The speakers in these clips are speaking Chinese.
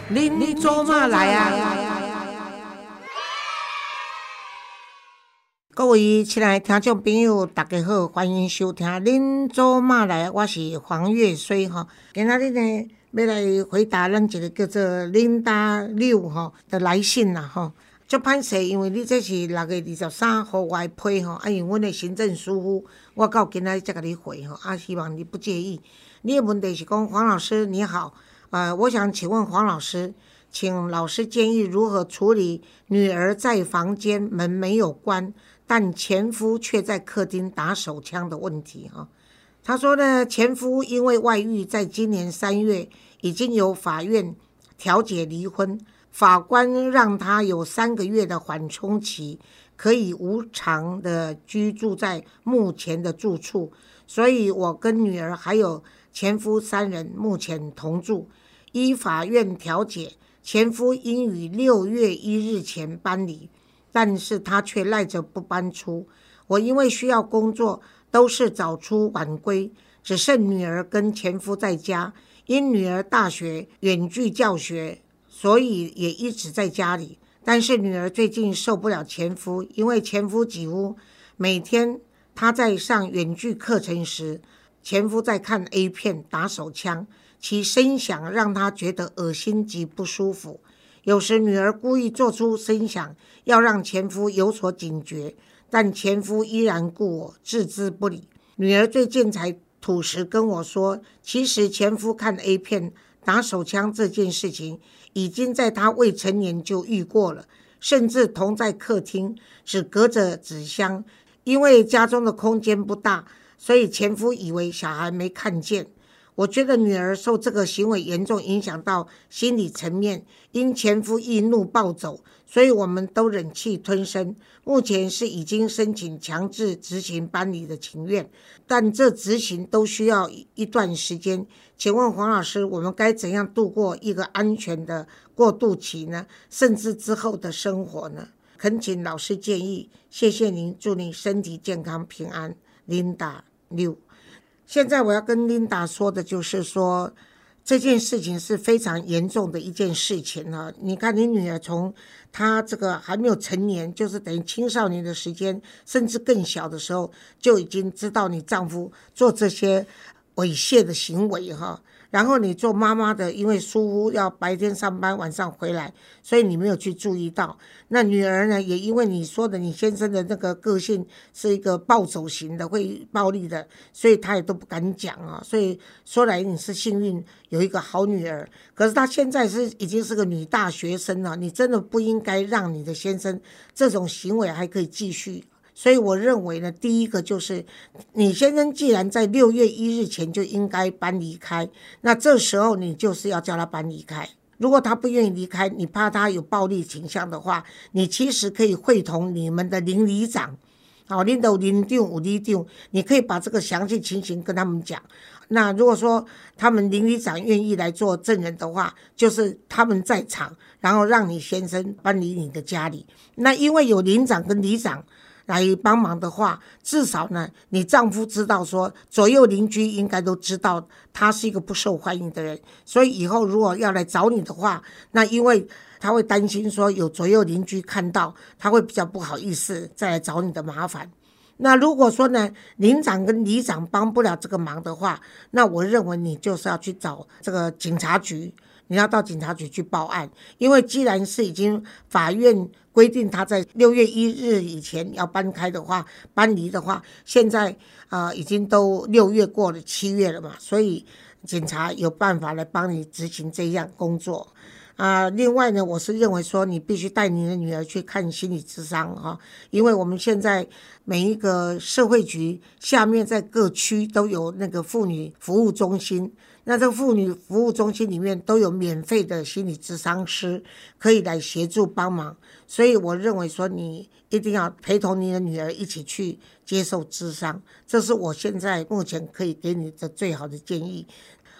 恁做嘛来啊？各位亲爱的听众朋友，大家好，欢迎收听《恁做嘛来》，我是黄月水哈。今仔日呢，要来回答咱一个叫做琳达柳哈的来信啦哈。足歹势，因为你这是6月23号我的批吼，因为阮的行政疏忽，我到今仔日才甲你回吼，希望你不介意。你的问题是讲，黄老师你好，我想请问黄老师，请老师建议如何处理女儿在房间门没有关，但前夫却在客厅打手枪的问题哈。他说呢，前夫因为外遇，在今年3月已经由法院调解离婚。法官让他有3个月的缓冲期，可以无偿的居住在目前的住处，所以我跟女儿还有前夫3人目前同住。依法院调解，前夫应于6月1日前搬离，但是他却赖着不搬出。我因为需要工作，都是早出晚归，只剩女儿跟前夫在家。因女儿大学远距教学，所以也一直在家里，但是女儿最近受不了前夫，因为前夫几乎每天她在上远距课程时，前夫在看 A 片打手枪，其声响让她觉得恶心及不舒服。有时女儿故意做出声响，要让前夫有所警觉，但前夫依然故我，置之不理。女儿最近才吐实跟我说，其实前夫看 A 片打手枪这件事情已经在他未成年就遇过了，甚至同在客厅，只隔着纸箱。因为家中的空间不大，所以前夫以为小孩没看见。我觉得女儿受这个行为严重影响到心理层面，因前夫易怒暴走，所以我们都忍气吞声。目前是已经申请强制执行搬离的请愿，但这执行都需要一段时间。请问黄老师，我们该怎样度过一个安全的过渡期呢？甚至之后的生活呢？恳请老师建议，谢谢您，祝您身体健康平安。Linda Liu。现在我要跟 Linda 说的就是说，这件事情是非常严重的一件事情啊！你看，你女儿从她这个还没有成年，就是等于青少年的时间，甚至更小的时候，就已经知道你丈夫做这些猥亵的行为哈。然后你做妈妈的，因为疏忽要白天上班晚上回来，所以你没有去注意到。那女儿呢，也因为你说的你先生的那个个性是一个暴走型的，会暴力的，所以她也都不敢讲啊。所以说来你是幸运有一个好女儿，可是她现在已经是个女大学生了，你真的不应该让你的先生这种行为还可以继续。所以我认为呢，第一个就是你先生既然在6月1日前就应该搬离开，那这时候你就是要叫他搬离开。如果他不愿意离开，你怕他有暴力倾向的话，你其实可以会同你们的邻里长，恁都有邻长有里长，你可以把这个详细情形跟他们讲。那如果说他们邻里长愿意来做证人的话，就是他们在场，然后让你先生搬离你的家里。那因为有邻长跟里长来帮忙的话，至少呢，你丈夫知道说左右邻居应该都知道他是一个不受欢迎的人，所以以后如果要来找你的话，那因为他会担心说有左右邻居看到，他会比较不好意思再来找你的麻烦。那如果说呢，邻长跟里长帮不了这个忙的话，那我认为你就是要去找这个警察局，你要到警察局去报案。因为既然是已经法院规定他在6月1日以前要搬离的话，现在已经都6月过了7月了嘛，所以警察有办法来帮你执行这样工作。另外呢，我是认为说你必须带你的女儿去看心理咨商因为我们现在每一个社会局下面在各区都有那个妇女服务中心，那这个妇女服务中心里面都有免费的心理咨商师可以来协助帮忙，所以我认为说你一定要陪同你的女儿一起去接受咨商，这是我现在目前可以给你的最好的建议。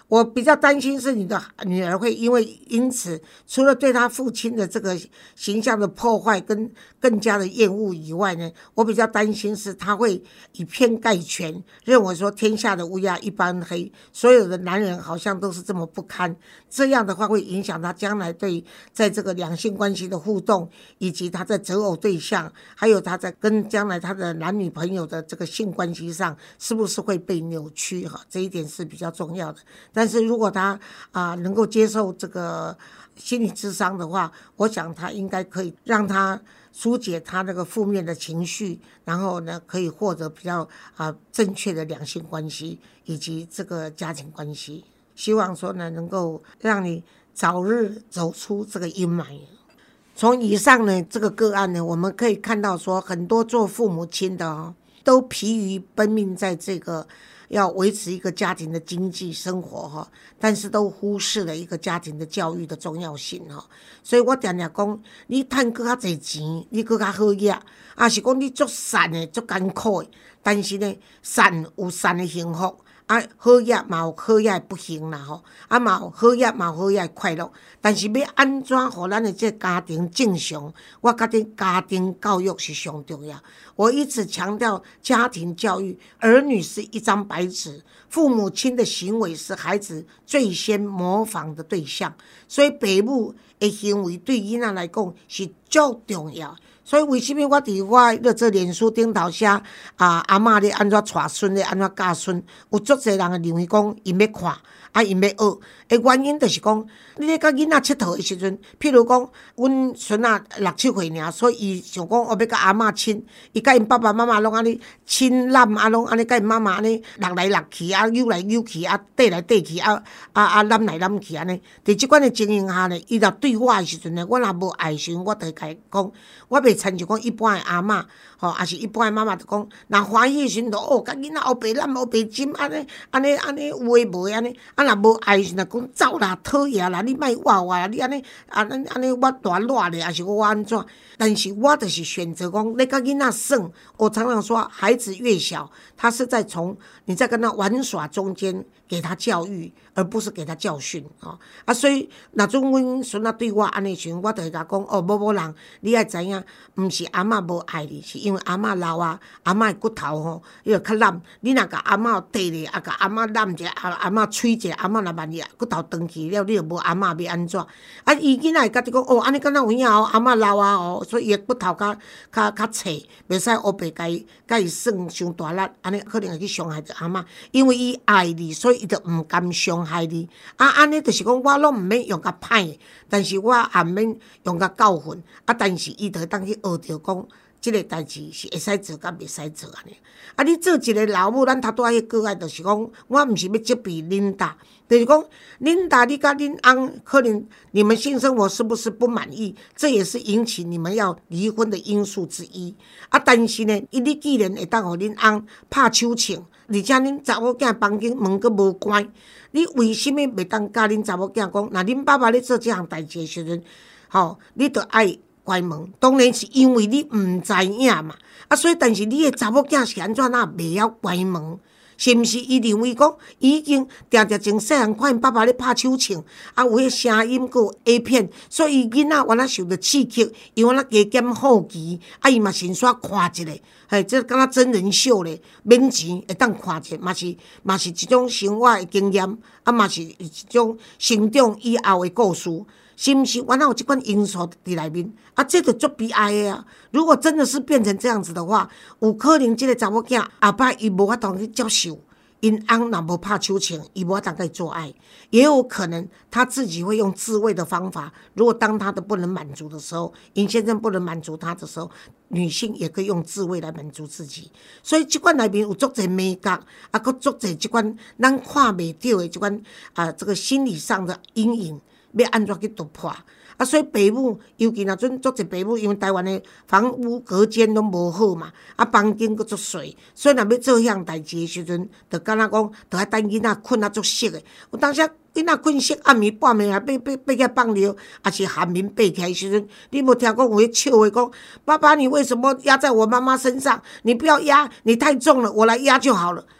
我比较担心是你的女儿会因此除了对她父亲的这个形象的破坏跟更加的厌恶以外呢，我比较担心是她会以偏概全，认为说天下的乌鸦一般黑，所有的男人好像都是这么不堪，这样的话会影响她将来对在这个两性关系的互动，以及她在择偶对象，还有她在跟将来她的男女朋友的这个性关系上是不是会被扭曲，这一点是比较重要的。但是如果他能够接受这个心理咨商的话，我想他应该可以让他疏解他那个负面的情绪，然后呢可以获得比较正确的两性关系以及这个家庭关系。希望说呢能够让你早日走出这个阴霾。从以上呢这个个案呢，我们可以看到说很多做父母亲的都疲于奔命在这个要维持一个家庭的经济生活，但是都忽视了一个家庭的教育的重要性。所以我常常讲，你赚更较多钱，你更较好业，是讲你足善的足艰苦的，但是呢善有善的幸福，好业嘛有好业的不幸啦，嘛有好业嘛有好业的快乐。但是要安怎让咱的这家庭正常，我觉得家庭教育是上重要。我一直强调家庭教育，儿女是一张白纸，父母亲的行为是孩子最先模仿的对象，所以父母的行为对囡仔来讲是足重要。所以为什么我伫我的这脸书顶头写阿嬷咧安怎带孙咧安怎教孙，有足侪人会认为讲因要看因要学的原因，就是讲你咧甲囡仔佚佗的时阵，譬如讲阮孙仔6、7岁尔，所以伊想讲要甲阿嬷亲，伊甲因爸爸妈妈拢安尼亲揽拢安尼甲因妈妈安尼落来落去扭来扭去缀来缀去揽来揽去安尼。伫即款的情形下呢，伊若对我的时阵呢，我若无爱的时阵，我就会甲伊讲，我袂亲像讲一般的阿嬷也是一般的妈妈，就讲若欢喜的时阵就甲囡仔黑白揽黑白亲安尼有诶无诶安尼。若无爱的时阵讲走啦讨厌啦，你莫活啦，你安尼我大热咧，还是我安怎？但是我就是选择讲，你甲囡仔耍。我常常说，孩子越小，他是在从你在跟他玩耍中间给他教育，而不是给他教训所以若阵阮孙仔对我安尼时，我就会甲讲某人，你爱知影，毋是阿嬷无爱你，是因为阿嬷老阿嬷的骨头伊就较烂。你若甲阿嬷缀咧，甲阿嬷揽者，阿嬷吹者，阿嬷若万一骨头长去了，你就无阿嬷要安怎？伊囡仔会甲你讲安尼敢若有影阿嬷老所以伊的骨头较脆，袂使黑白甲伊耍伤大力，安尼可能会去伤害着阿嬷。因为伊爱你，所以伊就毋甘伤害你。安尼就是讲，我拢毋免用甲歹，但是我也毋免用甲教训。但是伊就会当去学着讲，即个代志是会使做甲袂使做安尼。你做一个老母，咱头拄仔迄个案，就是讲，我毋是要责备琳达，就是讲，琳达你甲恁翁可能你们性生活是不是不满意？这也是引起你们要离婚的因素之一。但是呢，你既然会当互恁翁拍手枪，而且恁查某囝房间门佫无关，你为什么袂当教恁查某囝讲？若恁爸爸咧做这项代志的时阵，你就爱关门。当然是因为你毋知影嘛。所以但是你的查某囝是安怎袂晓关门？是毋是伊认为讲已经定从细汉看因爸爸咧拍手枪，有迄声音佫有 A 片，所以囡仔原来受到刺激，伊原来加减好奇，伊嘛先煞看一下，这敢若真人秀咧，免钱会当看者，嘛是一种生活的经验，嘛是一种成长以后的故事。是不是原来有这款因素在里面这就很悲哀的如果真的是变成这样子的话，有可能这个查某囝后摆伊无法度去接受，因翁若无拍手枪，伊无法度跟伊做爱，也有可能他自己会用自慰的方法。如果当他的不能满足的时候，尹先生不能满足他的时候，女性也可以用自慰来满足自己。所以这款里面有足侪美感，佮足侪这款咱看袂到的这款这个心理上的阴影。要安怎去突破所以父母，尤其若阵足侪父母，因为台湾的房屋隔间拢无好嘛，房间佫足细，所以若要做迄项代志的时阵，就敢若讲，就爱等囡仔困足熟的。有当时囡仔困熟，暗暝半暝爬起放尿，还是寒眠爬起的时阵，你无听讲有迄笑话讲，爸爸你为什么压在我妈妈身上？你不要压，你太重了，我来压就好了。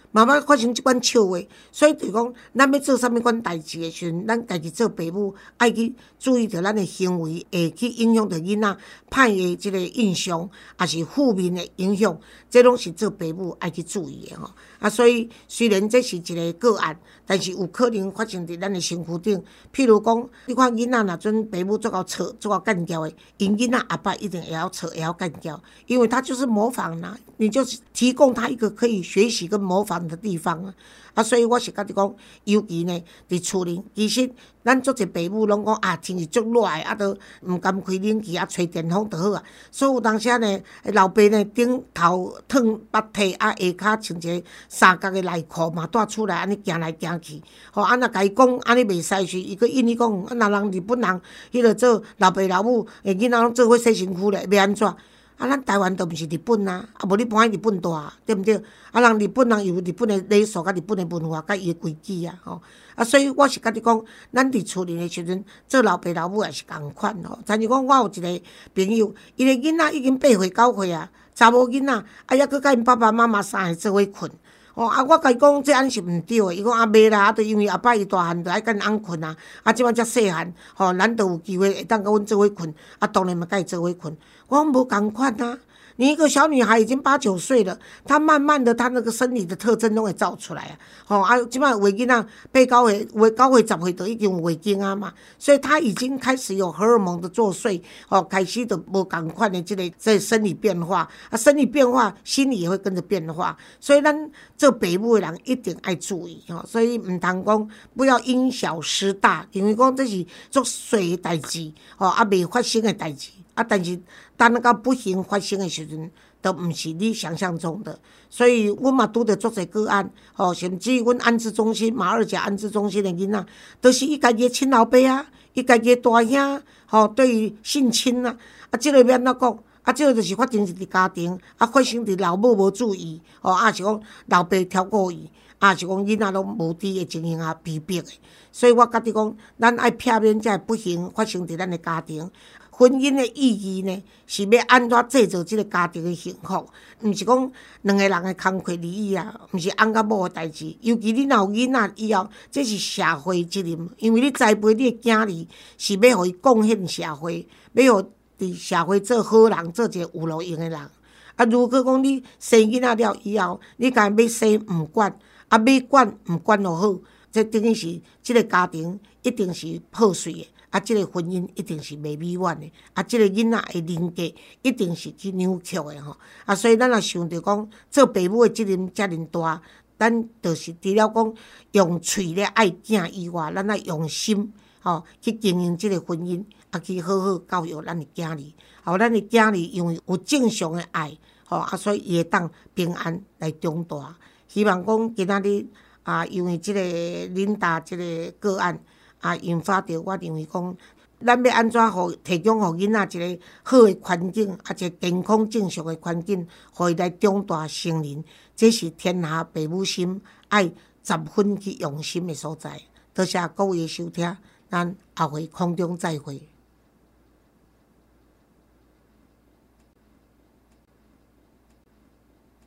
嘛捌发生即款笑话，所以就讲，咱要做啥物款代志的时阵，咱家己做爸母爱去注意着咱的行为，会去影响着囡仔歹的即个印象，也是负面的影响，这拢是做爸母爱去注意的吼。所以虽然这是一个个案，但是有可能发生伫咱的身躯顶。譬如讲，你看囡仔若阵爸母做到错、做到干教的，因囡仔后摆一定会晓错、会晓干教，因为他就是模仿啦，你就是提供他一个可以学习跟模仿的地方啊。所以我是甲你讲，尤其呢，伫厝里，其实咱足侪爸母拢讲天气足热的，都毋甘开冷气吹电风就好啊。所以有当时呢，老爸呢顶头烫八体下骹穿一个三角的内裤嘛，带厝内安尼行来行去。若甲伊讲安尼袂使时，伊佫印你讲，若人日本人迄落做老爸老母，囡仔拢做伙洗身躯咧，要安怎？咱台湾都毋是日本无你搬去日本大，对毋对？人日本人有日本的礼数、甲日本的文化、甲伊的规矩所以我是甲你讲，咱伫厝里的时阵，做老爸老母也是共款但是讲，我有一个朋友，伊的囡仔已经8岁9岁啊，查某囡仔，还佫甲因爸爸妈妈三个做伙困。我甲伊讲，这安是毋对的。伊讲袂啦，就因为后摆伊大汉，就爱甲因翁困即摆才细汉，咱就有机会会当甲阮做伙困，当然嘛甲伊做伙困。我讲无共款你一个小女孩已经8、9岁了，她慢慢的，她那个生理的特征都会照出来即摆有的囡仔8、9岁，有的9岁、10岁就已经有月经嘛，所以她已经开始有荷尔蒙的作祟开始就无共款的这个生理变化生理变化，心理也会跟着变化，所以咱做爸母的人一定爱注意所以唔通讲不要因小失大，因为讲这是作衰的代志未发生的代志但是等到不幸发生的时阵，都毋是你想象中的。所以阮嘛拄着足侪个案甚至阮安置中心马二甲安置中心的囡仔，都是伊家己的亲老爸伊家己的大兄对于性侵即个要安怎讲即个就是发生伫家庭发生伫老母无注意是讲老爸超过伊是讲囡仔拢无知的情形被逼的。所以我甲你讲，咱爱避免这不幸发生伫咱的家庭。婚姻的意义呢，是要安怎制造这个家庭的幸福，毋是讲两个人的工课而已毋是翁甲某的代志。尤其你若有囡仔以后，这是社会责任，因为你栽培你的囝儿，是要互伊贡献社会，要互伫社会做好人，做一个有路用的人。如果讲你生囡仔了以后，你家要生毋管，要管毋管就好，这等于是这个家庭一定是破碎的。这个婚姻一定是袂美满的，这个囡仔的人格一定是去扭曲的所以咱若想着讲，做爸母的责任遮尔大，咱就是除了讲用嘴咧爱囝以外，咱要用心去经营这个婚姻，去好好教育咱的囝儿，咱的囝儿因为有正常的爱所以伊会当平安来长大。希望讲今仔日因为这个琳达这个个案。引发着我认为讲，咱要安怎提供互囡仔一个好的环境，一个健康正常的环境，互伊来长大成人，这是天下父母心爱10分去用心的所在。多谢各位的收听，咱后回空中再会。